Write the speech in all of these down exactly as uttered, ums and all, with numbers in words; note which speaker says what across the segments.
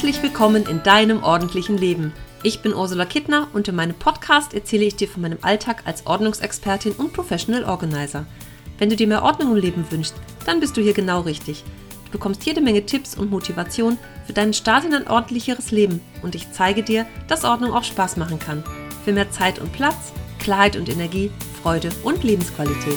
Speaker 1: Herzlich willkommen in deinem ordentlichen Leben. Ich bin Ursula Kittner und in meinem Podcast erzähle ich dir von meinem Alltag als Ordnungsexpertin und Professional Organizer. Wenn du dir mehr Ordnung im Leben wünschst, dann bist du hier genau richtig. Du bekommst jede Menge Tipps und Motivation für deinen Start in ein ordentlicheres Leben und ich zeige dir, dass Ordnung auch Spaß machen kann. Für mehr Zeit und Platz, Klarheit und Energie, Freude und Lebensqualität.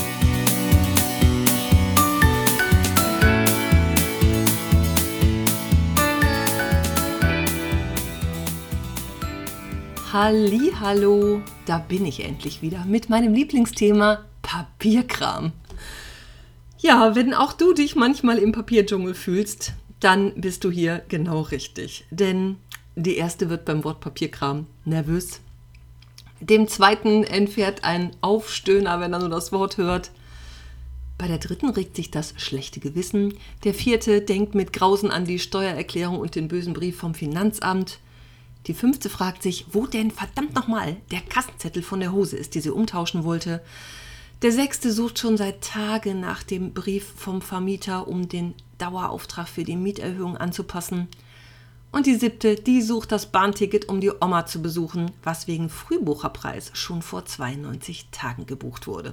Speaker 1: Hallihallo, da bin ich endlich wieder mit meinem Lieblingsthema Papierkram. Ja, wenn auch du dich manchmal im Papierdschungel fühlst, dann bist du hier genau richtig. Denn die erste wird beim Wort Papierkram nervös. Dem zweiten entfährt ein Aufstöhner, wenn er nur das Wort hört. Bei der dritten regt sich das schlechte Gewissen. Der vierte denkt mit Grausen an die Steuererklärung und den bösen Brief vom Finanzamt. Die fünfte fragt sich, wo denn verdammt nochmal der Kassenzettel von der Hose ist, die sie umtauschen wollte. Der sechste sucht schon seit Tagen nach dem Brief vom Vermieter, um den Dauerauftrag für die Mieterhöhung anzupassen. Und die siebte, die sucht das Bahnticket, um die Oma zu besuchen, was wegen Frühbucherpreis schon vor zweiundneunzig Tagen gebucht wurde.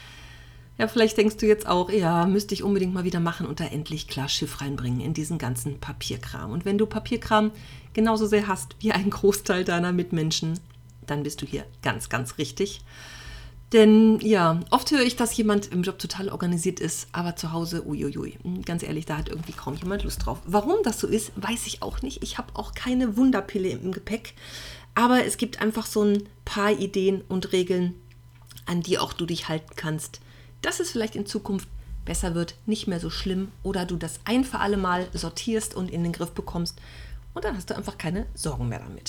Speaker 1: Ja, vielleicht denkst du jetzt auch, ja, müsste ich unbedingt mal wieder machen und da endlich klar Schiff reinbringen in diesen ganzen Papierkram. Und wenn du Papierkram genauso sehr hast wie ein Großteil deiner Mitmenschen, dann bist du hier ganz, ganz richtig. Denn ja, oft höre ich, dass jemand im Job total organisiert ist, aber zu Hause, uiuiui, ganz ehrlich, da hat irgendwie kaum jemand Lust drauf. Warum das so ist, weiß ich auch nicht. Ich habe auch keine Wunderpille im Gepäck, aber es gibt einfach so ein paar Ideen und Regeln, an die auch du dich halten kannst, dass es vielleicht in Zukunft besser wird, nicht mehr so schlimm oder du das ein für alle Mal sortierst und in den Griff bekommst und dann hast du einfach keine Sorgen mehr damit.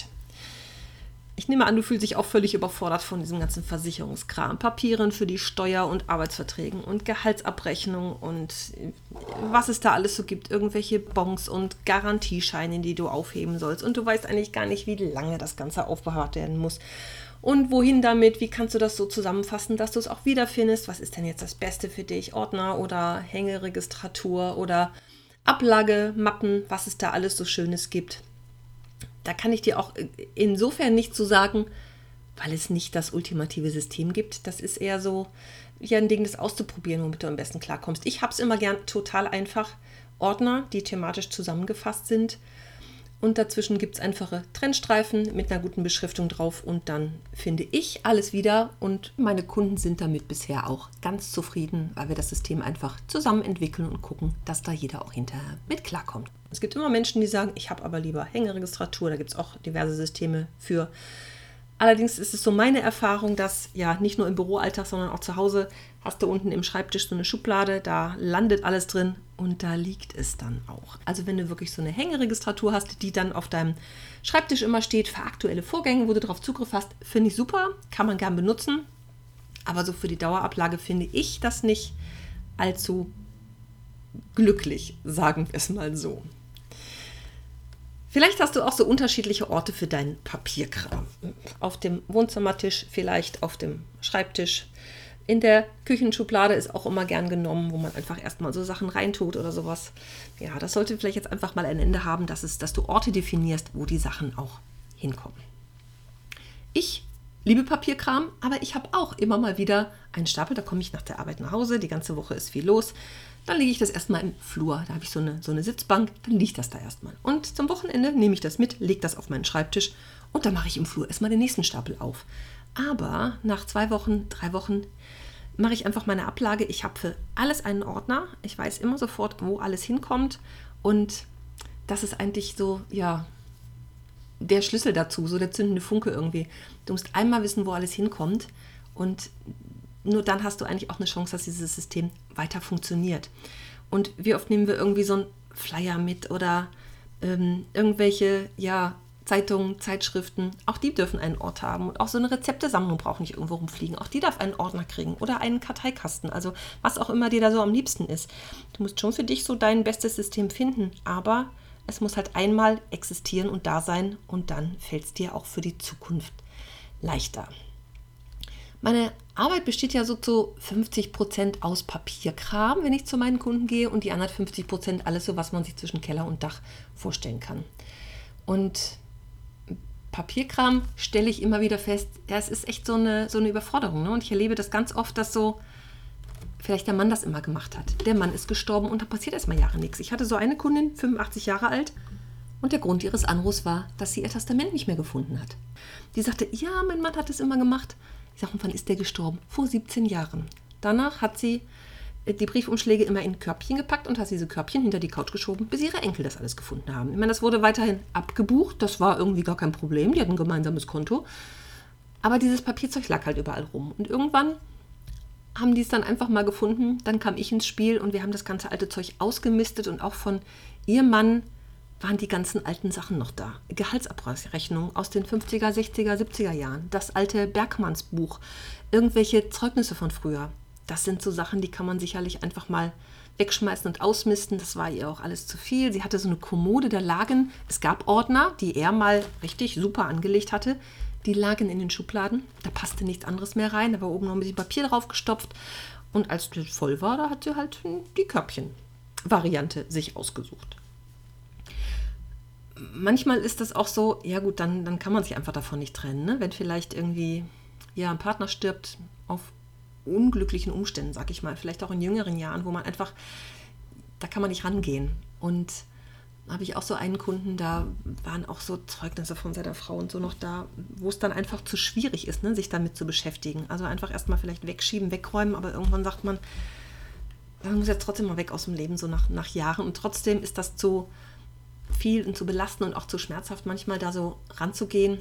Speaker 1: Ich nehme an, du fühlst dich auch völlig überfordert von diesem ganzen Versicherungskram, Papieren für die Steuer- und Arbeitsverträgen und Gehaltsabrechnung und was es da alles so gibt, irgendwelche Bons und Garantiescheine, die du aufheben sollst und du weißt eigentlich gar nicht, wie lange das Ganze aufbewahrt werden muss. Und wohin damit? Wie kannst du das so zusammenfassen, dass du es auch wiederfindest? Was ist denn jetzt das Beste für dich? Ordner oder Hängeregistratur oder Ablage, Mappen, was es da alles so Schönes gibt. Da kann ich dir auch insofern nicht zu sagen, weil es nicht das ultimative System gibt. Das ist eher so ja, ein Ding, das auszuprobieren, womit du am besten klarkommst. Ich habe es immer gern total einfach. Ordner, die thematisch zusammengefasst sind. Und dazwischen gibt es einfache Trennstreifen mit einer guten Beschriftung drauf und dann finde ich alles wieder und meine Kunden sind damit bisher auch ganz zufrieden, weil wir das System einfach zusammen entwickeln und gucken, dass da jeder auch hinterher mit klarkommt. Es gibt immer Menschen, die sagen, ich habe aber lieber Hängeregistratur, da gibt es auch diverse Systeme für. Allerdings ist es so meine Erfahrung, dass ja nicht nur im Büroalltag, sondern auch zu Hause hast du unten im Schreibtisch so eine Schublade, da landet alles drin und da liegt es dann auch. Also wenn du wirklich so eine Hängeregistratur hast, die dann auf deinem Schreibtisch immer steht für aktuelle Vorgänge, wo du darauf Zugriff hast, finde ich super, kann man gern benutzen. Aber so für die Dauerablage finde ich das nicht allzu glücklich, sagen wir es mal so. Vielleicht hast du auch so unterschiedliche Orte für deinen Papierkram. Auf dem Wohnzimmertisch, vielleicht auf dem Schreibtisch. In der Küchenschublade ist auch immer gern genommen, wo man einfach erstmal so Sachen reintut oder sowas. Ja, das sollte vielleicht jetzt einfach mal ein Ende haben, dass, es, dass du Orte definierst, wo die Sachen auch hinkommen. Ich liebe Papierkram, aber ich habe auch immer mal wieder einen Stapel, da komme ich nach der Arbeit nach Hause, die ganze Woche ist viel los. Dann lege ich das erstmal im Flur. Da habe ich so eine, so eine Sitzbank, dann liegt das da erstmal. Und zum Wochenende nehme ich das mit, lege das auf meinen Schreibtisch und dann mache ich im Flur erstmal den nächsten Stapel auf. Aber nach zwei Wochen, drei Wochen mache ich einfach meine Ablage. Ich habe für alles einen Ordner. Ich weiß immer sofort, wo alles hinkommt. Und das ist eigentlich so, ja, der Schlüssel dazu, so der zündende Funke irgendwie. Du musst einmal wissen, wo alles hinkommt und nur dann hast du eigentlich auch eine Chance, dass dieses System weiter funktioniert. Und wie oft nehmen wir irgendwie so einen Flyer mit oder ähm, irgendwelche ja, Zeitungen, Zeitschriften, auch die dürfen einen Ort haben. Und auch so eine Rezeptesammlung braucht nicht irgendwo rumfliegen. Auch die darf einen Ordner kriegen oder einen Karteikasten. Also was auch immer dir da so am liebsten ist. Du musst schon für dich so dein bestes System finden, aber es muss halt einmal existieren und da sein und dann fällt es dir auch für die Zukunft leichter. Meine Arbeit besteht ja so zu fünfzig Prozent aus Papierkram, wenn ich zu meinen Kunden gehe, und die anderen fünfzig Prozent alles so, was man sich zwischen Keller und Dach vorstellen kann. Und Papierkram stelle ich immer wieder fest, ja, es ist echt so eine, so eine Überforderung. Ne? Und ich erlebe das ganz oft, dass so vielleicht der Mann das immer gemacht hat. Der Mann ist gestorben und da passiert erstmal Jahre nichts. Ich hatte so eine Kundin, fünfundachtzig Jahre alt, und der Grund ihres Anrufs war, dass sie ihr Testament nicht mehr gefunden hat. Die sagte, ja, mein Mann hat es immer gemacht. Ich sage, wann ist der gestorben? Vor siebzehn Jahren. Danach hat sie die Briefumschläge immer in Körbchen gepackt und hat diese Körbchen hinter die Couch geschoben, bis ihre Enkel das alles gefunden haben. Ich meine, das wurde weiterhin abgebucht, das war irgendwie gar kein Problem, die hatten ein gemeinsames Konto. Aber dieses Papierzeug lag halt überall rum. Und irgendwann haben die es dann einfach mal gefunden, dann kam ich ins Spiel und wir haben das ganze alte Zeug ausgemistet und auch von ihrem Mann waren die ganzen alten Sachen noch da. Gehaltsabrechnungen aus den fünfziger, sechziger, siebziger Jahren, das alte Bergmannsbuch, irgendwelche Zeugnisse von früher. Das sind so Sachen, die kann man sicherlich einfach mal wegschmeißen und ausmisten. Das war ihr auch alles zu viel. Sie hatte so eine Kommode, da lagen, es gab Ordner, die er mal richtig super angelegt hatte. Die lagen in den Schubladen, da passte nichts anderes mehr rein. Da war oben noch ein bisschen Papier drauf gestopft. Und als das voll war, da hat sie halt die Körbchen-Variante sich ausgesucht. Manchmal ist das auch so, ja gut, dann, dann kann man sich einfach davon nicht trennen. Ne? Wenn vielleicht irgendwie ja, ein Partner stirbt auf unglücklichen Umständen, sag ich mal, vielleicht auch in jüngeren Jahren, wo man einfach, da kann man nicht rangehen. Und da habe ich auch so einen Kunden, da waren auch so Zeugnisse von seiner Frau und so noch da, wo es dann einfach zu schwierig ist, ne, sich damit zu beschäftigen. Also einfach erstmal vielleicht wegschieben, wegräumen, aber irgendwann sagt man, man muss jetzt trotzdem mal weg aus dem Leben, so nach, nach Jahren. Und trotzdem ist das zu viel und zu belastend und auch zu schmerzhaft, manchmal da so ranzugehen.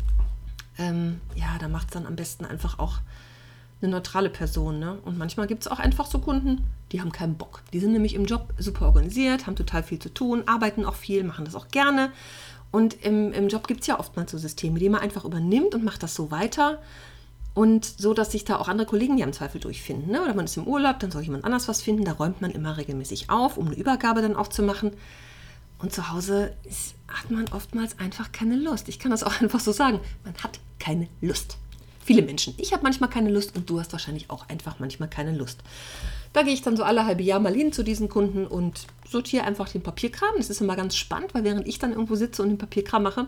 Speaker 1: Ähm, ja, da macht es dann am besten einfach auch eine neutrale Person. Ne? Und manchmal gibt es auch einfach so Kunden, die haben keinen Bock. Die sind nämlich im Job super organisiert, haben total viel zu tun, arbeiten auch viel, machen das auch gerne. Und im, im Job gibt es ja oftmals so Systeme, die man einfach übernimmt und macht das so weiter. Und so, dass sich da auch andere Kollegen ja im Zweifel durchfinden. Ne? Oder man ist im Urlaub, dann soll jemand anders was finden. Da räumt man immer regelmäßig auf, um eine Übergabe dann auch zu machen. Und zu Hause ist, hat man oftmals einfach keine Lust. Ich kann das auch einfach so sagen. Man hat keine Lust. Viele Menschen. Ich habe manchmal keine Lust und du hast wahrscheinlich auch einfach manchmal keine Lust. Da gehe ich dann so alle halbe Jahr mal hin zu diesen Kunden und sortiere einfach den Papierkram. Das ist immer ganz spannend, weil während ich dann irgendwo sitze und den Papierkram mache,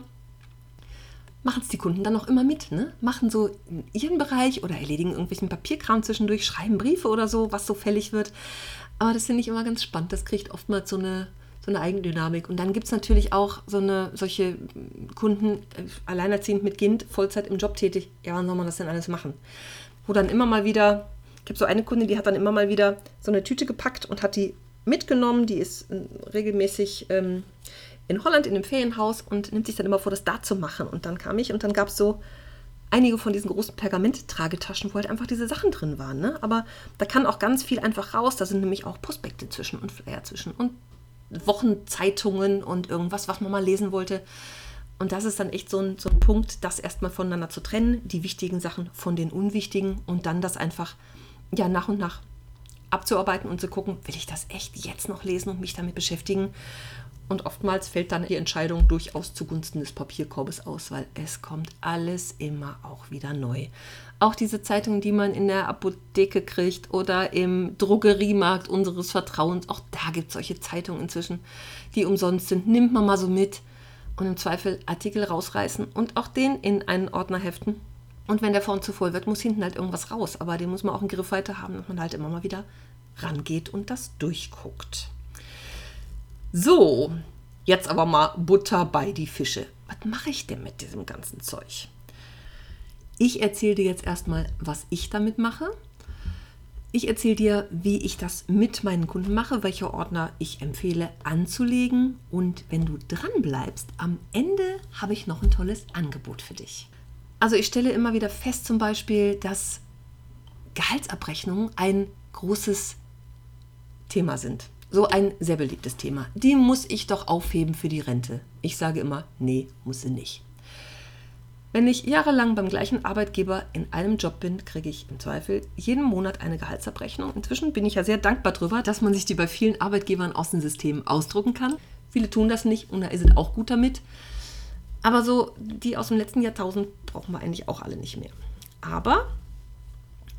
Speaker 1: machen es die Kunden dann auch immer mit. Ne? Machen so ihren Bereich oder erledigen irgendwelchen Papierkram zwischendurch, schreiben Briefe oder so, was so fällig wird. Aber das finde ich immer ganz spannend. Das kriegt oftmals so eine so eine Eigendynamik. Und dann gibt es natürlich auch so eine, solche Kunden, äh, alleinerziehend mit Kind, Vollzeit im Job tätig. Ja, wann soll man das denn alles machen? Wo dann immer mal wieder, ich habe so eine Kundin, die hat dann immer mal wieder so eine Tüte gepackt und hat die mitgenommen. Die ist äh, regelmäßig ähm, in Holland in einem Ferienhaus und nimmt sich dann immer vor, das da zu machen. Und dann kam ich und dann gab es so einige von diesen großen Pergament-Tragetaschen, wo halt einfach diese Sachen drin waren. Ne? Aber da kann auch ganz viel einfach raus. Da sind nämlich auch Prospekte zwischen und Flyer zwischen und Wochenzeitungen und irgendwas, was man mal lesen wollte. Und das ist dann echt so ein, so ein Punkt, das erstmal voneinander zu trennen, die wichtigen Sachen von den unwichtigen und dann das einfach ja, nach und nach abzuarbeiten und zu gucken, will ich das echt jetzt noch lesen und mich damit beschäftigen? Und oftmals fällt dann die Entscheidung durchaus zugunsten des Papierkorbes aus, weil es kommt alles immer auch wieder neu. Auch diese Zeitungen, die man in der Apotheke kriegt oder im Drogeriemarkt unseres Vertrauens, auch da gibt es solche Zeitungen inzwischen, die umsonst sind. Nimmt man mal so mit und im Zweifel Artikel rausreißen und auch den in einen Ordner heften. Und wenn der vorn zu voll wird, muss hinten halt irgendwas raus. Aber den muss man auch in Griffweite haben, dass man halt immer mal wieder rangeht und das durchguckt. So, jetzt aber mal Butter bei die Fische. Was mache ich denn mit diesem ganzen Zeug? Ich erzähle dir jetzt erstmal, was ich damit mache. Ich erzähle dir, wie ich das mit meinen Kunden mache, welche Ordner ich empfehle anzulegen. Und wenn du dran bleibst, am Ende habe ich noch ein tolles Angebot für dich. Also ich stelle immer wieder fest zum Beispiel, dass Gehaltsabrechnungen ein großes Thema sind. So ein sehr beliebtes Thema. Die muss ich doch aufheben für die Rente. Ich sage immer, nee, muss sie nicht. Wenn ich jahrelang beim gleichen Arbeitgeber in einem Job bin, kriege ich im Zweifel jeden Monat eine Gehaltsabrechnung. Inzwischen bin ich ja sehr dankbar darüber, dass man sich die bei vielen Arbeitgebern aus den Systemen ausdrucken kann. Viele tun das nicht und da sind auch gut damit. Aber so die aus dem letzten Jahrtausend brauchen wir eigentlich auch alle nicht mehr. Aber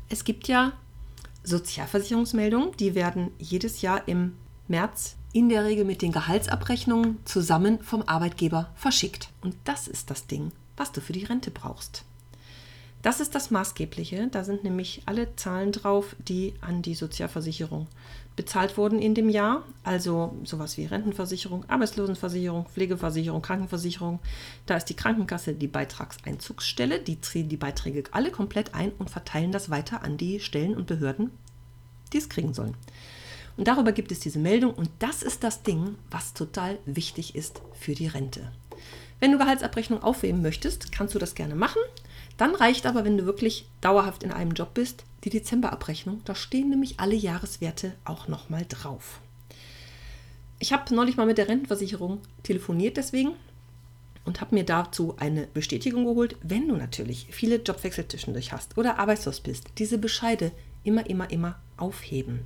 Speaker 1: Es gibt ja Sozialversicherungsmeldungen, die werden jedes Jahr im März in der Regel mit den Gehaltsabrechnungen zusammen vom Arbeitgeber verschickt. Und das ist das Ding, was du für die Rente brauchst. Das ist das Maßgebliche. Da sind nämlich alle Zahlen drauf, die an die Sozialversicherung bezahlt wurden in dem Jahr. Also sowas wie Rentenversicherung, Arbeitslosenversicherung, Pflegeversicherung, Krankenversicherung. Da ist die Krankenkasse die Beitragseinzugsstelle. Die ziehen die Beiträge alle komplett ein und verteilen das weiter an die Stellen und Behörden, die es kriegen sollen. Und darüber gibt es diese Meldung. Und das ist das Ding, was total wichtig ist für die Rente. Wenn du Gehaltsabrechnung aufheben möchtest, kannst du das gerne machen. Dann reicht aber, wenn du wirklich dauerhaft in einem Job bist, die Dezemberabrechnung. Da stehen nämlich alle Jahreswerte auch nochmal drauf. Ich habe neulich mal mit der Rentenversicherung telefoniert deswegen und habe mir dazu eine Bestätigung geholt. Wenn du natürlich viele Jobwechsel zwischendurch hast oder arbeitslos bist, diese Bescheide immer, immer, immer aufheben.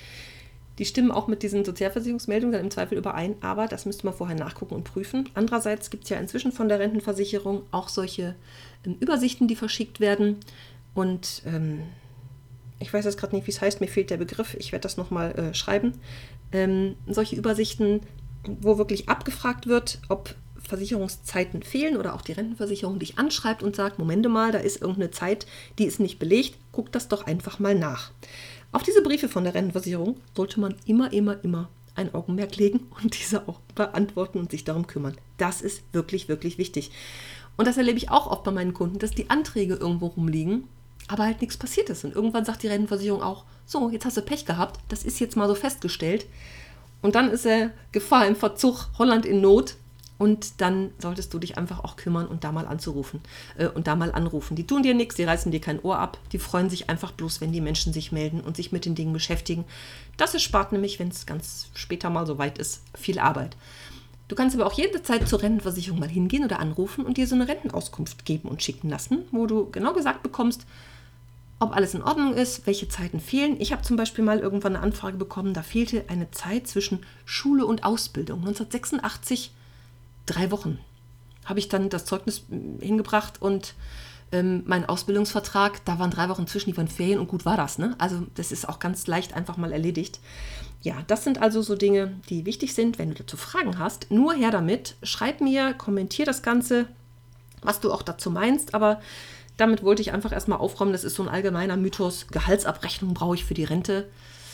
Speaker 1: Die stimmen auch mit diesen Sozialversicherungsmeldungen dann im Zweifel überein, aber das müsste man vorher nachgucken und prüfen. Andererseits gibt es ja inzwischen von der Rentenversicherung auch solche ähm, Übersichten, die verschickt werden. Und ähm, ich weiß jetzt gerade nicht, wie es heißt, mir fehlt der Begriff, ich werde das nochmal äh, schreiben. Ähm, solche Übersichten, wo wirklich abgefragt wird, ob Versicherungszeiten fehlen oder auch die Rentenversicherung dich anschreibt und sagt, Momente mal, da ist irgendeine Zeit, die ist nicht belegt, guck das doch einfach mal nach. Auf diese Briefe von der Rentenversicherung sollte man immer, immer, immer ein Augenmerk legen und diese auch beantworten und sich darum kümmern. Das ist wirklich, wirklich wichtig. Und das erlebe ich auch oft bei meinen Kunden, dass die Anträge irgendwo rumliegen, aber halt nichts passiert ist. Und irgendwann sagt die Rentenversicherung auch, so, jetzt hast du Pech gehabt, das ist jetzt mal so festgestellt. Und dann ist er Gefahr im Verzug, Holland in Not. Und dann solltest du dich einfach auch kümmern und da mal anzurufen äh, und da mal anrufen. Die tun dir nichts, die reißen dir kein Ohr ab. Die freuen sich einfach bloß, wenn die Menschen sich melden und sich mit den Dingen beschäftigen. Das erspart nämlich, wenn es ganz später mal so weit ist, viel Arbeit. Du kannst aber auch jederzeit zur Rentenversicherung mal hingehen oder anrufen und dir so eine Rentenauskunft geben und schicken lassen, wo du genau gesagt bekommst, ob alles in Ordnung ist, welche Zeiten fehlen. Ich habe zum Beispiel mal irgendwann eine Anfrage bekommen, da fehlte eine Zeit zwischen Schule und Ausbildung. neunzehnhundertsechsundachtzig Drei Wochen habe ich dann das Zeugnis hingebracht und ähm, mein Ausbildungsvertrag, da waren drei Wochen zwischen, die waren Ferien und gut war das. Ne? Also das ist auch ganz leicht einfach mal erledigt. Ja, das sind also so Dinge, die wichtig sind. Wenn du dazu Fragen hast, nur her damit. Schreib mir, kommentier das Ganze, was du auch dazu meinst. Aber damit wollte ich einfach erstmal aufräumen. Das ist so ein allgemeiner Mythos. Gehaltsabrechnung brauche ich für die Rente.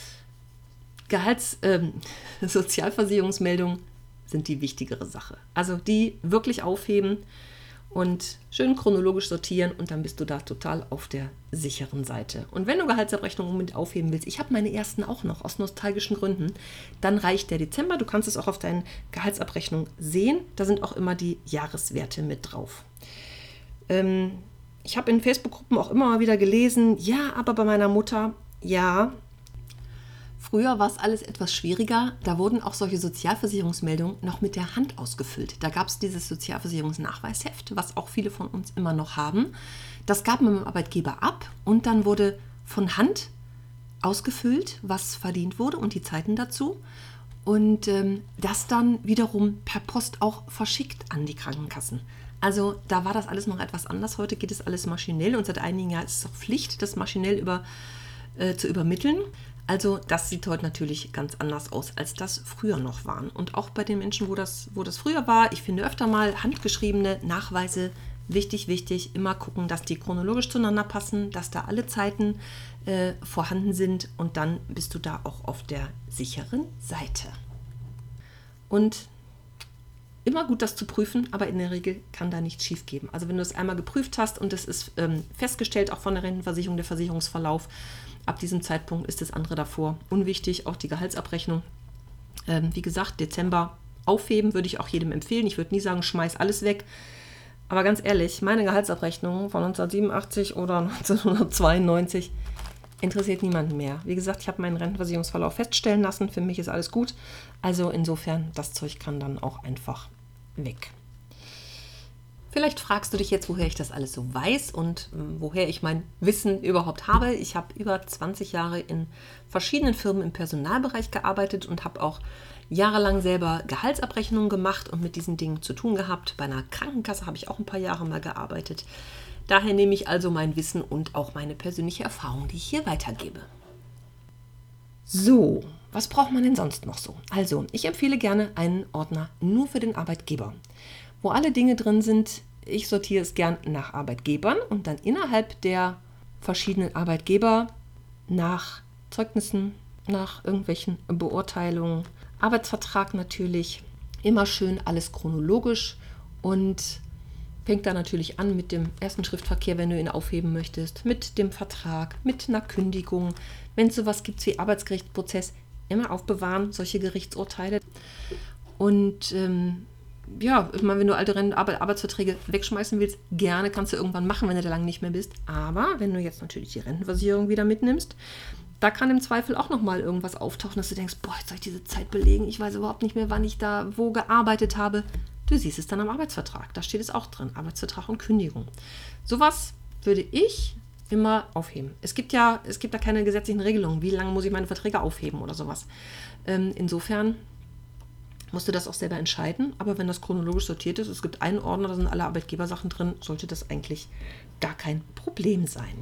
Speaker 1: Gehalts, ähm, Sozialversicherungsmeldung sind die wichtigere Sache. Also die wirklich aufheben und schön chronologisch sortieren und dann bist du da total auf der sicheren Seite. Und wenn du Gehaltsabrechnungen unbedingt aufheben willst, ich habe meine ersten auch noch aus nostalgischen Gründen, dann reicht der Dezember. Du kannst es auch auf deinen Gehaltsabrechnungen sehen. Da sind auch immer die Jahreswerte mit drauf. Ähm, ich habe in Facebook-Gruppen auch immer mal wieder gelesen, ja, aber bei meiner Mutter, ja. Früher war es alles etwas schwieriger. Da wurden auch solche Sozialversicherungsmeldungen noch mit der Hand ausgefüllt. Da gab es dieses Sozialversicherungsnachweisheft, was auch viele von uns immer noch haben. Das gab man beim Arbeitgeber ab und dann wurde von Hand ausgefüllt, was verdient wurde und die Zeiten dazu. Und ähm, das dann wiederum per Post auch verschickt an die Krankenkassen. Also da war das alles noch etwas anders. Heute geht es alles maschinell und seit einigen Jahren ist es auch Pflicht, das maschinell über, äh, zu übermitteln. Also das sieht heute natürlich ganz anders aus, als das früher noch waren. Und auch bei den Menschen, wo das, wo das früher war, ich finde öfter mal handgeschriebene Nachweise wichtig, wichtig. Immer gucken, dass die chronologisch zueinander passen, dass da alle Zeiten äh, vorhanden sind und dann bist du da auch auf der sicheren Seite. Und immer gut, das zu prüfen, aber in der Regel kann da nichts schief gehen. Also wenn du es einmal geprüft hast und es ist ähm, festgestellt, auch von der Rentenversicherung, der Versicherungsverlauf, ab diesem Zeitpunkt ist das andere davor unwichtig, auch die Gehaltsabrechnung. Ähm, wie gesagt, Dezember aufheben würde ich auch jedem empfehlen. Ich würde nie sagen, schmeiß alles weg. Aber ganz ehrlich, meine Gehaltsabrechnung von neunzehnhundertsiebenundachtzig oder neunzehnhundertzweiundneunzig interessiert niemanden mehr. Wie gesagt, ich habe meinen Rentenversicherungsverlauf feststellen lassen. Für mich ist alles gut. Also insofern, das Zeug kann dann auch einfach weg. Vielleicht fragst du dich jetzt, woher ich das alles so weiß und äh, woher ich mein Wissen überhaupt habe. Ich habe über zwanzig Jahre in verschiedenen Firmen im Personalbereich gearbeitet und habe auch jahrelang selber Gehaltsabrechnungen gemacht und mit diesen Dingen zu tun gehabt. Bei einer Krankenkasse habe ich auch ein paar Jahre mal gearbeitet. Daher nehme ich also mein Wissen und auch meine persönliche Erfahrung, die ich hier weitergebe. So, was braucht man denn sonst noch so? Also, ich empfehle gerne einen Ordner nur für den Arbeitgeber, wo alle Dinge drin sind. Ich sortiere es gern nach Arbeitgebern und dann innerhalb der verschiedenen Arbeitgeber nach Zeugnissen, nach irgendwelchen Beurteilungen, Arbeitsvertrag natürlich, immer schön alles chronologisch und fängt da natürlich an mit dem ersten Schriftverkehr, wenn du ihn aufheben möchtest, mit dem Vertrag, mit einer Kündigung. Wenn es sowas gibt wie Arbeitsgerichtsprozess, immer aufbewahren, solche Gerichtsurteile. Und ähm, ja, ich meine, wenn du alte Renten- Arbeit, Arbeitsverträge wegschmeißen willst, gerne kannst du irgendwann machen, wenn du da lange nicht mehr bist. Aber wenn du jetzt natürlich die Rentenversicherung wieder mitnimmst, da kann im Zweifel auch nochmal irgendwas auftauchen, dass du denkst, boah, jetzt soll ich diese Zeit belegen, ich weiß überhaupt nicht mehr, wann ich da wo gearbeitet habe. Du siehst es dann am Arbeitsvertrag, da steht es auch drin, Arbeitsvertrag und Kündigung. Sowas würde ich immer aufheben. Es gibt ja, es gibt da keine gesetzlichen Regelungen, wie lange muss ich meine Verträge aufheben oder sowas. Ähm, insofern musst du das auch selber entscheiden, aber wenn das chronologisch sortiert ist, es gibt einen Ordner, da sind alle Arbeitgebersachen drin, sollte das eigentlich gar kein Problem sein.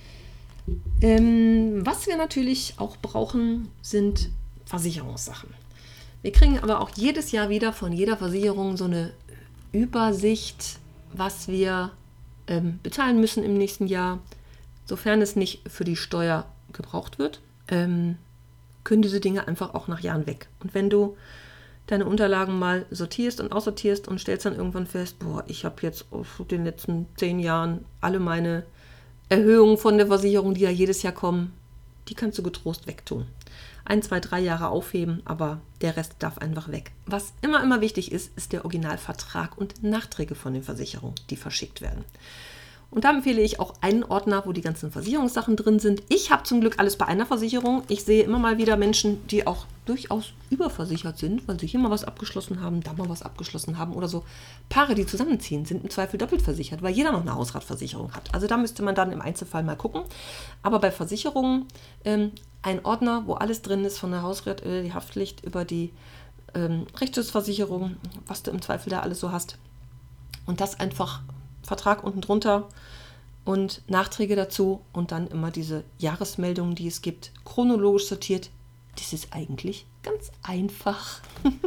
Speaker 1: Ähm, was wir natürlich auch brauchen, sind Versicherungssachen. Wir kriegen aber auch jedes Jahr wieder von jeder Versicherung so eine Übersicht, was wir ähm, bezahlen müssen im nächsten Jahr, sofern es nicht für die Steuer gebraucht wird. Ähm, können diese Dinge einfach auch nach Jahren weg. Und wenn du deine Unterlagen mal sortierst und aussortierst und stellst dann irgendwann fest, boah, ich habe jetzt auf den letzten zehn Jahren alle meine Erhöhungen von der Versicherung, die ja jedes Jahr kommen, die kannst du getrost wegtun. Ein, zwei, drei Jahre aufheben, aber der Rest darf einfach weg. Was immer, immer wichtig ist, ist der Originalvertrag und Nachträge von den Versicherungen, die verschickt werden. Und da empfehle ich auch einen Ordner, wo die ganzen Versicherungssachen drin sind. Ich habe zum Glück alles bei einer Versicherung. Ich sehe immer mal wieder Menschen, die auch durchaus überversichert sind, weil sie hier mal was abgeschlossen haben, da mal was abgeschlossen haben oder so. Paare, die zusammenziehen, sind im Zweifel doppelt versichert, weil jeder noch eine Hausratversicherung hat. Also da müsste man dann im Einzelfall mal gucken. Aber bei Versicherungen ähm, ein Ordner, wo alles drin ist, von der Hausrat, äh, die Haftpflicht über die ähm, Rechtsschutzversicherung, was du im Zweifel da alles so hast. Und das einfach Vertrag unten drunter und Nachträge dazu und dann immer diese Jahresmeldungen, die es gibt, chronologisch sortiert. Das ist eigentlich ganz einfach.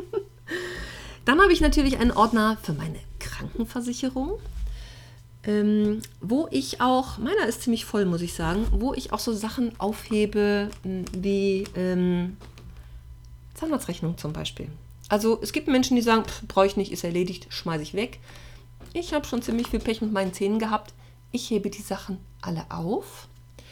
Speaker 1: Dann habe ich natürlich einen Ordner für meine Krankenversicherung, ähm, wo ich auch, meiner ist ziemlich voll, muss ich sagen, wo ich auch so Sachen aufhebe wie ähm, Zahnarztrechnung zum Beispiel. Also es gibt Menschen, die sagen, brauche ich nicht, ist erledigt, schmeiße ich weg. Ich habe schon ziemlich viel Pech mit meinen Zähnen gehabt. Ich hebe die Sachen alle auf.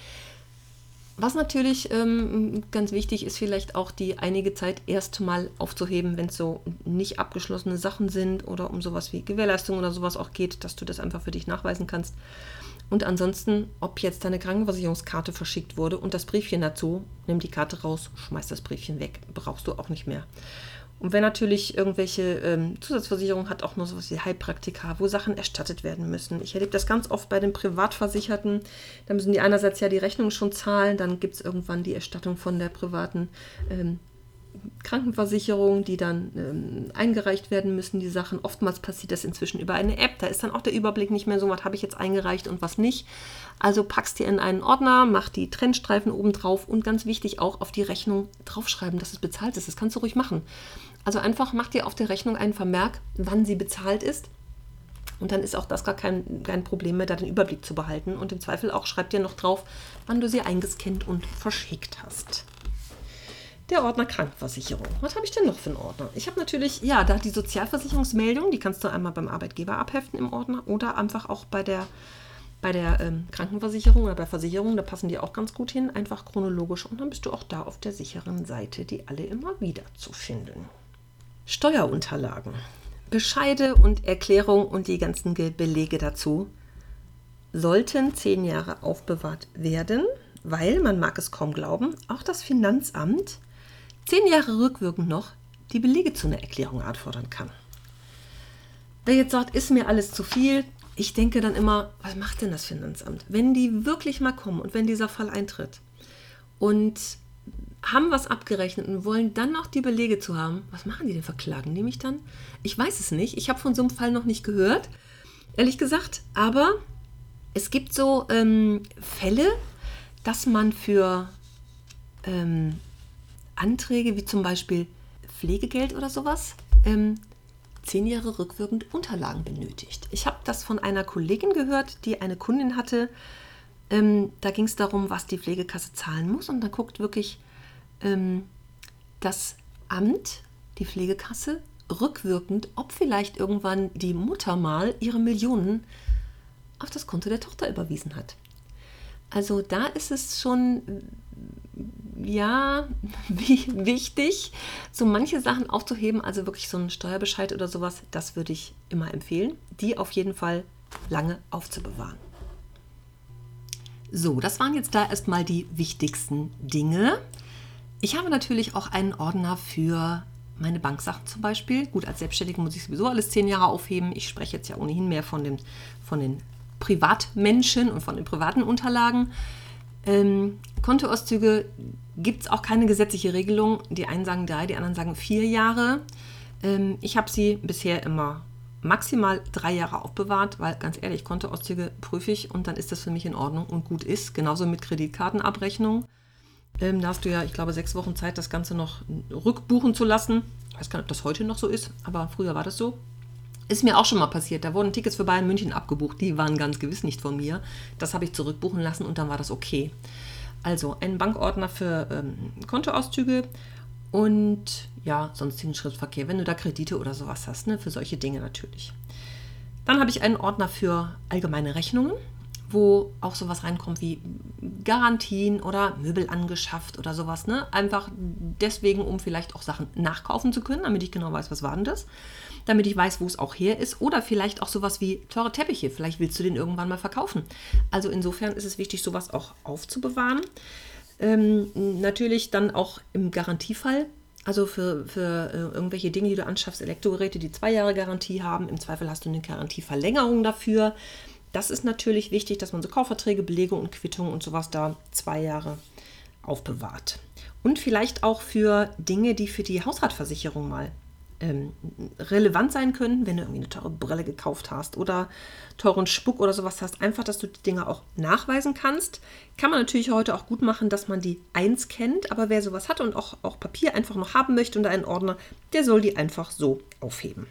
Speaker 1: Was natürlich ähm, ganz wichtig ist, vielleicht auch die einige Zeit erst mal aufzuheben, wenn es so nicht abgeschlossene Sachen sind oder um sowas wie Gewährleistung oder sowas auch geht, dass du das einfach für dich nachweisen kannst. Und ansonsten, ob jetzt deine Krankenversicherungskarte verschickt wurde und das Briefchen dazu, nimm die Karte raus, schmeiß das Briefchen weg, brauchst du auch nicht mehr. Und wenn natürlich irgendwelche ähm, Zusatzversicherung hat, auch nur sowas wie Heilpraktika, wo Sachen erstattet werden müssen. Ich erlebe das ganz oft bei den Privatversicherten. Da müssen die einerseits ja die Rechnung schon zahlen, dann gibt es irgendwann die Erstattung von der privaten ähm, Krankenversicherung, die dann ähm, eingereicht werden müssen, die Sachen. Oftmals passiert das inzwischen über eine App. Da ist dann auch der Überblick nicht mehr so, was habe ich jetzt eingereicht und was nicht. Also packst dir in einen Ordner, mach die Trennstreifen oben drauf und ganz wichtig auch auf die Rechnung draufschreiben, dass es bezahlt ist. Das kannst du ruhig machen. Also einfach mach dir auf der Rechnung einen Vermerk, wann sie bezahlt ist. Und dann ist auch das gar kein, kein Problem mehr, da den Überblick zu behalten. Und im Zweifel auch schreib dir noch drauf, wann du sie eingescannt und verschickt hast. Der Ordner Krankenversicherung. Was habe ich denn noch für einen Ordner? Ich habe natürlich, ja, da die Sozialversicherungsmeldung, die kannst du einmal beim Arbeitgeber abheften im Ordner oder einfach auch bei der, bei der ähm, Krankenversicherung oder bei Versicherungen, da passen die auch ganz gut hin, einfach chronologisch und dann bist du auch da auf der sicheren Seite, die alle immer wieder zu finden. Steuerunterlagen, Bescheide und Erklärung und die ganzen Belege dazu sollten zehn Jahre aufbewahrt werden, weil, man mag es kaum glauben, auch das Finanzamt zehn Jahre rückwirkend noch die Belege zu einer Erklärung anfordern kann. Wer jetzt sagt, ist mir alles zu viel, ich denke dann immer, was macht denn das Finanzamt? Wenn die wirklich mal kommen und wenn dieser Fall eintritt und haben was abgerechnet und wollen dann noch die Belege zu haben, was machen die denn? Verklagen die mich dann? Ich weiß es nicht. Ich habe von so einem Fall noch nicht gehört, ehrlich gesagt. Aber Es gibt so ähm, Fälle, dass man für ähm, Anträge wie zum Beispiel Pflegegeld oder sowas ähm, zehn Jahre rückwirkend Unterlagen benötigt. Ich habe das von einer Kollegin gehört, die eine Kundin hatte. Ähm, da ging es darum, was die Pflegekasse zahlen muss. Und dann guckt wirklich ähm, das Amt, die Pflegekasse, rückwirkend, ob vielleicht irgendwann die Mutter mal ihre Millionen auf das Konto der Tochter überwiesen hat. Also da ist es schon, ja, wichtig, so manche Sachen aufzuheben, also wirklich so einen Steuerbescheid oder sowas, das würde ich immer empfehlen, die auf jeden Fall lange aufzubewahren. So, das waren jetzt da erstmal die wichtigsten Dinge. Ich habe natürlich auch einen Ordner für meine Banksachen zum Beispiel. Gut, als Selbstständige muss ich sowieso alles zehn Jahre aufheben. Ich spreche jetzt ja ohnehin mehr von, dem, von den Privatmenschen und von den privaten Unterlagen. Ähm, Kontoauszüge gibt es auch keine gesetzliche Regelung. Die einen sagen drei, die anderen sagen vier Jahre. Ähm, ich habe sie bisher immer maximal drei Jahre aufbewahrt, weil ganz ehrlich, Kontoauszüge prüfe ich und dann ist das für mich in Ordnung und gut ist. Genauso mit Kreditkartenabrechnung. Ähm, da hast du ja, ich glaube, sechs Wochen Zeit, das Ganze noch rückbuchen zu lassen. Ich weiß gar nicht, ob das heute noch so ist, aber früher war das so. Ist mir auch schon mal passiert. Da wurden Tickets für Bayern München abgebucht. Die waren ganz gewiss nicht von mir. Das habe ich zurückbuchen lassen und dann war das okay. Also ein Bankordner für ähm, Kontoauszüge und ja, sonstigen Schriftverkehr, wenn du da Kredite oder sowas hast, ne, für solche Dinge natürlich. Dann habe ich einen Ordner für allgemeine Rechnungen, wo auch sowas reinkommt wie Garantien oder Möbel angeschafft oder sowas. Ne? Einfach deswegen, um vielleicht auch Sachen nachkaufen zu können, damit ich genau weiß, was war denn das. Damit ich weiß, wo es auch her ist. Oder vielleicht auch sowas wie teure Teppiche. Vielleicht willst du den irgendwann mal verkaufen. Also insofern ist es wichtig, sowas auch aufzubewahren. Ähm, natürlich dann auch im Garantiefall. Also für, für äh, irgendwelche Dinge, die du anschaffst, Elektrogeräte, die zwei Jahre Garantie haben. Im Zweifel hast du eine Garantieverlängerung dafür. Das ist natürlich wichtig, dass man so Kaufverträge, Belege und Quittungen und sowas da zwei Jahre aufbewahrt. Und vielleicht auch für Dinge, die für die Hausratversicherung mal ähm, relevant sein könnten, wenn du irgendwie eine teure Brille gekauft hast oder teuren Spuck oder sowas hast. Einfach, dass du die Dinge auch nachweisen kannst. Kann man natürlich heute auch gut machen, dass man die einscannt, aber wer sowas hat und auch, auch Papier einfach noch haben möchte und einen Ordner, der soll die einfach so aufheben.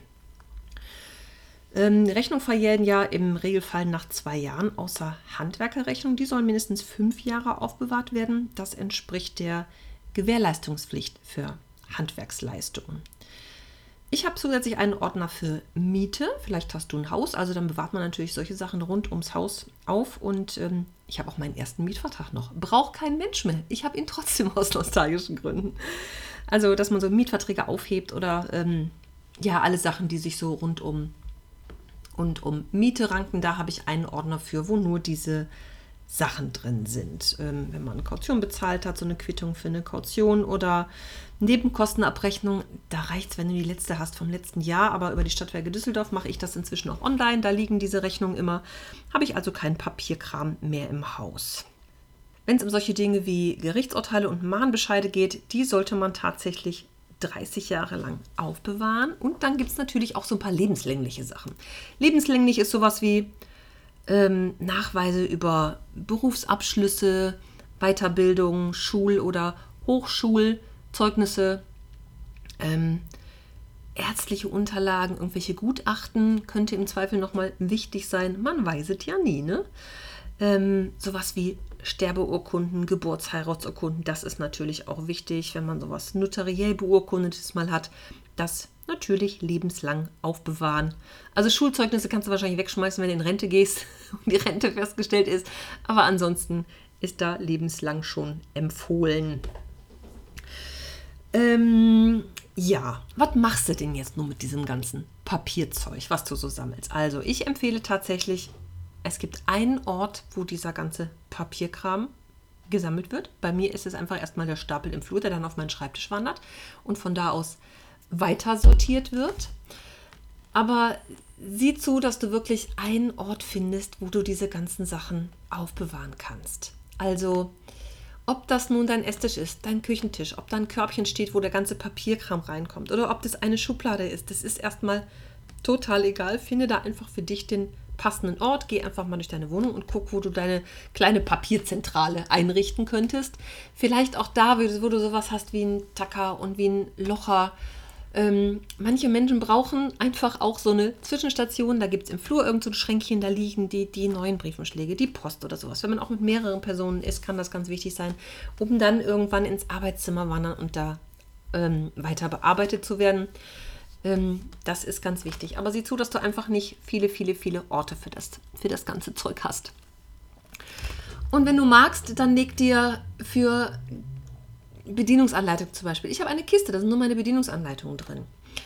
Speaker 1: Ähm, Rechnung verjähren ja im Regelfall nach zwei Jahren, außer Handwerkerrechnung. Die sollen mindestens fünf Jahre aufbewahrt werden. Das entspricht der Gewährleistungspflicht für Handwerksleistungen. Ich habe zusätzlich einen Ordner für Miete. Vielleicht hast du ein Haus, also dann bewahrt man natürlich solche Sachen rund ums Haus auf. Und ähm, ich habe auch meinen ersten Mietvertrag noch. Braucht kein Mensch mehr. Ich habe ihn trotzdem aus nostalgischen Gründen. Also, dass man so Mietverträge aufhebt oder ähm, ja, alle Sachen, die sich so rund um und um Miete ranken, da habe ich einen Ordner für, wo nur diese Sachen drin sind. Ähm, wenn man eine Kaution bezahlt hat, so eine Quittung für eine Kaution oder Nebenkostenabrechnung, da reicht es, wenn du die letzte hast vom letzten Jahr, aber über die Stadtwerke Düsseldorf mache ich das inzwischen auch online, da liegen diese Rechnungen immer, habe ich also keinen Papierkram mehr im Haus. Wenn es um solche Dinge wie Gerichtsurteile und Mahnbescheide geht, die sollte man tatsächlich dreißig Jahre lang aufbewahren. Und dann gibt es natürlich auch so ein paar lebenslängliche Sachen. Lebenslänglich ist sowas wie ähm, Nachweise über Berufsabschlüsse, Weiterbildung, Schul- oder Hochschulzeugnisse, ähm, ärztliche Unterlagen, irgendwelche Gutachten, könnte im Zweifel nochmal wichtig sein. Man weiß es ja nie, ne? Ähm, sowas wie Sterbeurkunden, Geburtsheiratsurkunden, das ist natürlich auch wichtig, wenn man sowas notariell beurkundetes mal hat, das natürlich lebenslang aufbewahren. Also Schulzeugnisse kannst du wahrscheinlich wegschmeißen, wenn du in Rente gehst und die Rente festgestellt ist, aber ansonsten ist da lebenslang schon empfohlen. Ähm, ja, was machst du denn jetzt nur mit diesem ganzen Papierzeug, was du so sammelst? Also ich empfehle tatsächlich, es gibt einen Ort, wo dieser ganze Papierkram gesammelt wird. Bei mir ist es einfach erstmal der Stapel im Flur, der dann auf meinen Schreibtisch wandert und von da aus weiter sortiert wird. Aber sieh zu, dass du wirklich einen Ort findest, wo du diese ganzen Sachen aufbewahren kannst. Also, ob das nun dein Esstisch ist, dein Küchentisch, ob da ein Körbchen steht, wo der ganze Papierkram reinkommt oder ob das eine Schublade ist, das ist erstmal total egal. Finde da einfach für dich den passenden Ort, geh einfach mal durch deine Wohnung und guck, wo du deine kleine Papierzentrale einrichten könntest. Vielleicht auch da, wo du sowas hast wie ein Tacker und wie ein Locher. Ähm, manche Menschen brauchen einfach auch so eine Zwischenstation. Da gibt es im Flur irgend so ein Schränkchen, da liegen die, die neuen Briefumschläge, die Post oder sowas. Wenn man auch mit mehreren Personen ist, kann das ganz wichtig sein, um dann irgendwann ins Arbeitszimmer wandern und da ähm, weiter bearbeitet zu werden. Ähm, das ist ganz wichtig. Aber sieh zu, dass du einfach nicht viele, viele, viele Orte für das, für das ganze Zeug hast. Und wenn du magst, dann leg dir für Bedienungsanleitung zum Beispiel. Ich habe eine Kiste, da sind nur meine Bedienungsanleitungen drin.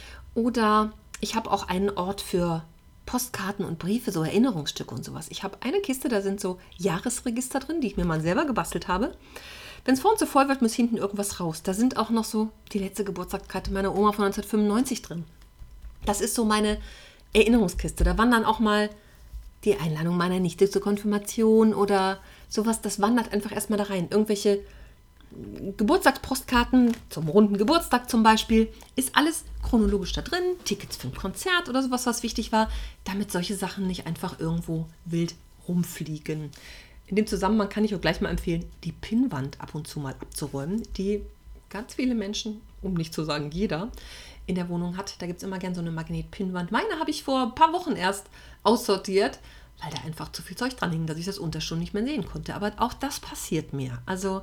Speaker 1: Oder ich habe auch einen Ort für Postkarten und Briefe, so Erinnerungsstücke und sowas. Ich habe eine Kiste, da sind so Jahresregister drin, die ich mir mal selber gebastelt habe. Wenn es vor und zu voll wird, muss hinten irgendwas raus. Da sind auch noch so die letzte Geburtstagskarte meiner Oma von neunzehnhundertfünfundneunzig drin. Das ist so meine Erinnerungskiste. Da wandern auch mal die Einladung meiner Nichte zur Konfirmation oder sowas. Das wandert einfach erstmal da rein. Irgendwelche Geburtstagspostkarten zum runden Geburtstag zum Beispiel, ist alles chronologisch da drin, Tickets für ein Konzert oder sowas, was wichtig war, damit solche Sachen nicht einfach irgendwo wild rumfliegen. In dem Zusammenhang kann ich auch gleich mal empfehlen, die Pinnwand ab und zu mal abzuräumen, die ganz viele Menschen, um nicht zu sagen jeder, in der Wohnung hat. Da gibt es immer gern so eine Magnet-Pinnwand. Meine habe ich vor ein paar Wochen erst aussortiert, weil da einfach zu viel Zeug dran hing, dass ich das unter schon nicht mehr sehen konnte. Aber auch das passiert mir. Also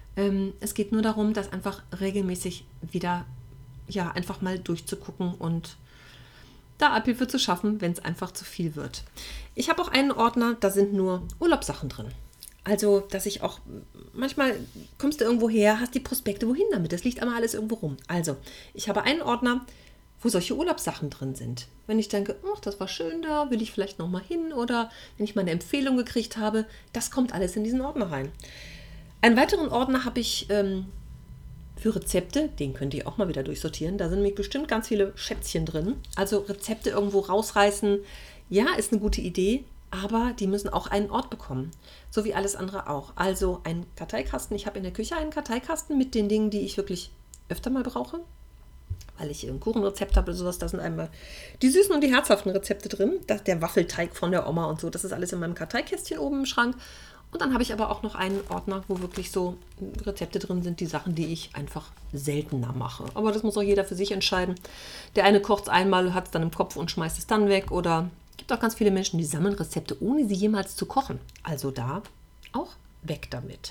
Speaker 1: es geht nur darum, das einfach regelmäßig wieder, ja, einfach mal durchzugucken und da Abhilfe zu schaffen, wenn es einfach zu viel wird. Ich habe auch einen Ordner, da sind nur Urlaubssachen drin. Also, dass ich auch, manchmal kommst du irgendwo her, hast die Prospekte, wohin damit? Das liegt immer alles irgendwo rum. Also, ich habe einen Ordner, wo solche Urlaubssachen drin sind. Wenn ich denke, ach, das war schön da, will ich vielleicht nochmal hin oder wenn ich mal eine Empfehlung gekriegt habe, das kommt alles in diesen Ordner rein. Einen weiteren Ordner habe ich ähm, für Rezepte, den könnt ihr auch mal wieder durchsortieren. Da sind nämlich bestimmt ganz viele Schätzchen drin. Also Rezepte irgendwo rausreißen, ja, ist eine gute Idee, aber die müssen auch einen Ort bekommen. So wie alles andere auch. Also ein Karteikasten. Ich habe in der Küche einen Karteikasten mit den Dingen, die ich wirklich öfter mal brauche. Weil ich ein Kuchenrezept habe oder sowas. Da sind einmal die süßen und die herzhaften Rezepte drin. Das, der Waffelteig von der Oma und so. Das ist alles in meinem Karteikästchen oben im Schrank. Und dann habe ich aber auch noch einen Ordner, wo wirklich so Rezepte drin sind, die Sachen, die ich einfach seltener mache. Aber das muss auch jeder für sich entscheiden. Der eine kocht es einmal, hat es dann im Kopf und schmeißt es dann weg. Oder es gibt auch ganz viele Menschen, die sammeln Rezepte, ohne sie jemals zu kochen. Also da auch weg damit.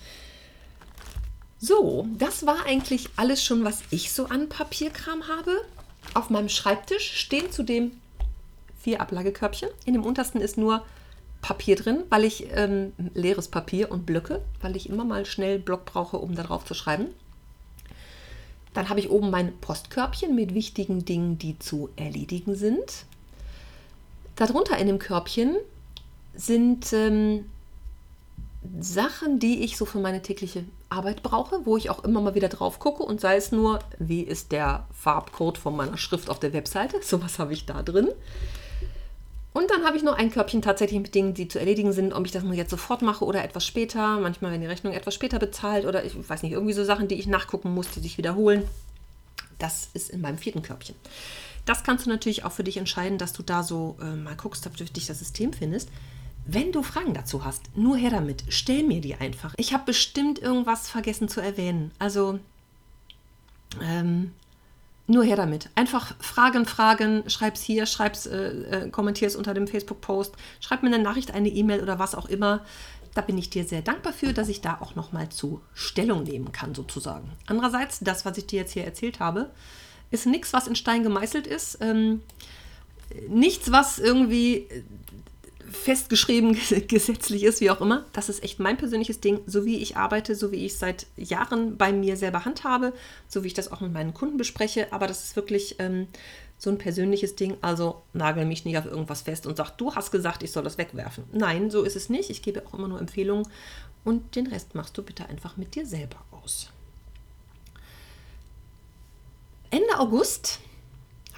Speaker 1: So, das war eigentlich alles schon, was ich so an Papierkram habe. Auf meinem Schreibtisch stehen zudem vier Ablagekörbchen. In dem untersten ist nur Papier drin, weil ich ähm, leeres Papier und Blöcke, weil ich immer mal schnell Block brauche, um da drauf zu schreiben. Dann habe ich oben mein Postkörbchen mit wichtigen Dingen, die zu erledigen sind. Darunter in dem Körbchen sind ähm, Sachen, die ich so für meine tägliche Arbeit brauche, wo ich auch immer mal wieder drauf gucke und sei es nur, wie ist der Farbcode von meiner Schrift auf der Webseite, sowas habe ich da drin. Und dann habe ich noch ein Körbchen tatsächlich mit Dingen, die zu erledigen sind, ob ich das nur jetzt sofort mache oder etwas später. Manchmal werden die Rechnungen etwas später bezahlt oder ich weiß nicht, irgendwie so Sachen, die ich nachgucken muss, die sich wiederholen. Das ist in meinem vierten Körbchen. Das kannst du natürlich auch für dich entscheiden, dass du da so äh, mal guckst, ob du dich das System findest. Wenn du Fragen dazu hast, nur her damit. Stell mir die einfach. Ich habe bestimmt irgendwas vergessen zu erwähnen. Also, ähm... Nur her damit. Einfach Fragen, Fragen, schreib's hier, schreib's, äh, äh, kommentier's unter dem Facebook-Post, schreib mir eine Nachricht, eine E-Mail oder was auch immer. Da bin ich dir sehr dankbar für, dass ich da auch nochmal zu Stellung nehmen kann, sozusagen. Andererseits, das, was ich dir jetzt hier erzählt habe, ist nichts, was in Stein gemeißelt ist. Ähm, nichts, was irgendwie festgeschrieben, gesetzlich ist, wie auch immer. Das ist echt mein persönliches Ding, so wie ich arbeite, so wie ich es seit Jahren bei mir selber handhabe, so wie ich das auch mit meinen Kunden bespreche. Aber das ist wirklich ähm, so ein persönliches Ding. Also nagel mich nicht auf irgendwas fest und sag, du hast gesagt, ich soll das wegwerfen. Nein, so ist es nicht. Ich gebe auch immer nur Empfehlungen und den Rest machst du bitte einfach mit dir selber aus. Ende August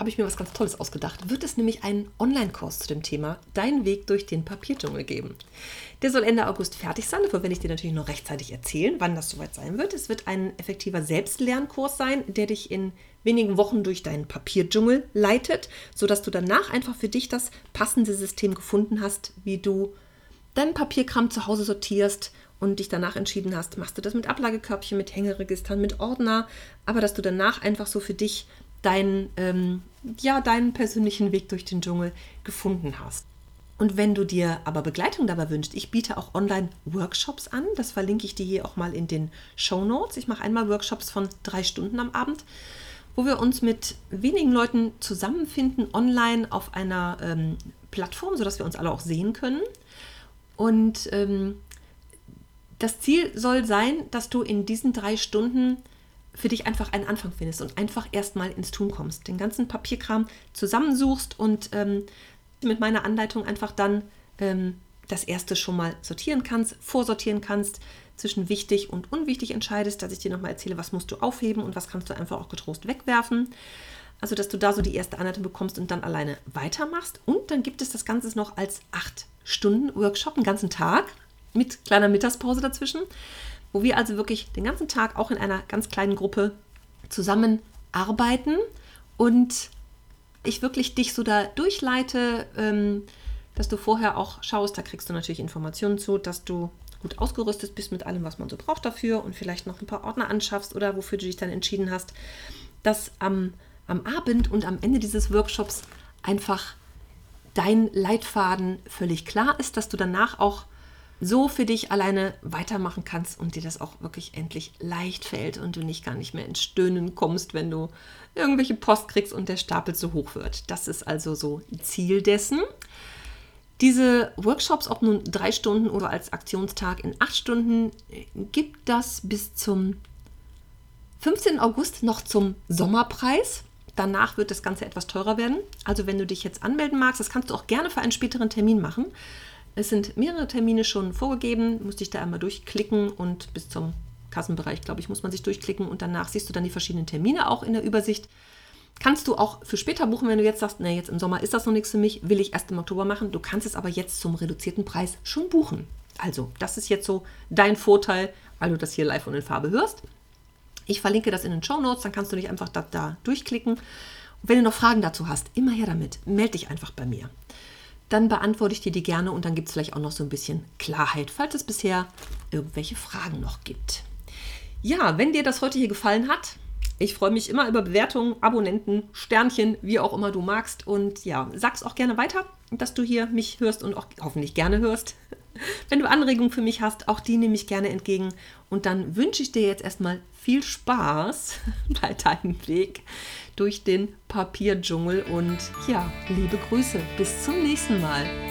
Speaker 1: habe ich mir was ganz Tolles ausgedacht. Wird es nämlich einen Online-Kurs zu dem Thema Dein Weg durch den Papierdschungel geben. Der soll Ende August fertig sein. Dafür werde ich dir natürlich noch rechtzeitig erzählen, wann das soweit sein wird. Es wird ein effektiver Selbstlernkurs sein, der dich in wenigen Wochen durch deinen Papierdschungel leitet, sodass du danach einfach für dich das passende System gefunden hast, wie du deinen Papierkram zu Hause sortierst und dich danach entschieden hast, machst du das mit Ablagekörbchen, mit Hängeregistern, mit Ordner, aber dass du danach einfach so für dich deinen, ähm, ja, deinen persönlichen Weg durch den Dschungel gefunden hast. Und wenn du dir aber Begleitung dabei wünschst, ich biete auch Online-Workshops an, das verlinke ich dir hier auch mal in den Shownotes. Ich mache einmal Workshops von drei Stunden am Abend, wo wir uns mit wenigen Leuten zusammenfinden, online auf einer ähm, Plattform, sodass wir uns alle auch sehen können. Und ähm, das Ziel soll sein, dass du in diesen drei Stunden für dich einfach einen Anfang findest und einfach erstmal ins Tun kommst. Den ganzen Papierkram zusammensuchst und ähm, mit meiner Anleitung einfach dann ähm, das erste schon mal sortieren kannst, vorsortieren kannst, zwischen wichtig und unwichtig entscheidest, dass ich dir nochmal erzähle, was musst du aufheben und was kannst du einfach auch getrost wegwerfen. Also, dass du da so die erste Anleitung bekommst und dann alleine weitermachst. Und dann gibt es das Ganze noch als acht Stunden Workshop, einen ganzen Tag mit kleiner Mittagspause dazwischen, wo wir also wirklich den ganzen Tag auch in einer ganz kleinen Gruppe zusammenarbeiten und ich wirklich dich so da durchleite, ähm, dass du vorher auch schaust, da kriegst du natürlich Informationen zu, dass du gut ausgerüstet bist mit allem, was man so braucht dafür und vielleicht noch ein paar Ordner anschaffst oder wofür du dich dann entschieden hast, dass am, am Abend und am Ende dieses Workshops einfach dein Leitfaden völlig klar ist, dass du danach auch so für dich alleine weitermachen kannst und dir das auch wirklich endlich leicht fällt und du nicht gar nicht mehr ins Stöhnen kommst, wenn du irgendwelche Post kriegst und der Stapel zu hoch wird. Das ist also so Ziel dessen. Diese Workshops, ob nun drei Stunden oder als Aktionstag in acht Stunden, gibt das bis zum fünfzehnten August noch zum Sommerpreis. Danach wird das Ganze etwas teurer werden. Also wenn du dich jetzt anmelden magst, das kannst du auch gerne für einen späteren Termin machen. Es sind mehrere Termine schon vorgegeben, du musst dich da einmal durchklicken und bis zum Kassenbereich, glaube ich, muss man sich durchklicken und danach siehst du dann die verschiedenen Termine auch in der Übersicht. Kannst du auch für später buchen, wenn du jetzt sagst, nee, jetzt im Sommer ist das noch nichts für mich, will ich erst im Oktober machen. Du kannst es aber jetzt zum reduzierten Preis schon buchen. Also, das ist jetzt so dein Vorteil, weil du das hier live und in Farbe hörst. Ich verlinke das in den Shownotes, dann kannst du dich einfach da, da durchklicken. Und wenn du noch Fragen dazu hast, immer her damit, melde dich einfach bei mir. Dann beantworte ich dir die gerne und dann gibt es vielleicht auch noch so ein bisschen Klarheit, falls es bisher irgendwelche Fragen noch gibt. Ja, wenn dir das heute hier gefallen hat, ich freue mich immer über Bewertungen, Abonnenten, Sternchen, wie auch immer du magst. Und ja, sag's auch gerne weiter, dass du hier mich hörst und auch hoffentlich gerne hörst. Wenn du Anregungen für mich hast, auch die nehme ich gerne entgegen. Und dann wünsche ich dir jetzt erstmal viel Spaß bei deinem Weg durch den Papierdschungel und ja, liebe Grüße. Bis zum nächsten Mal.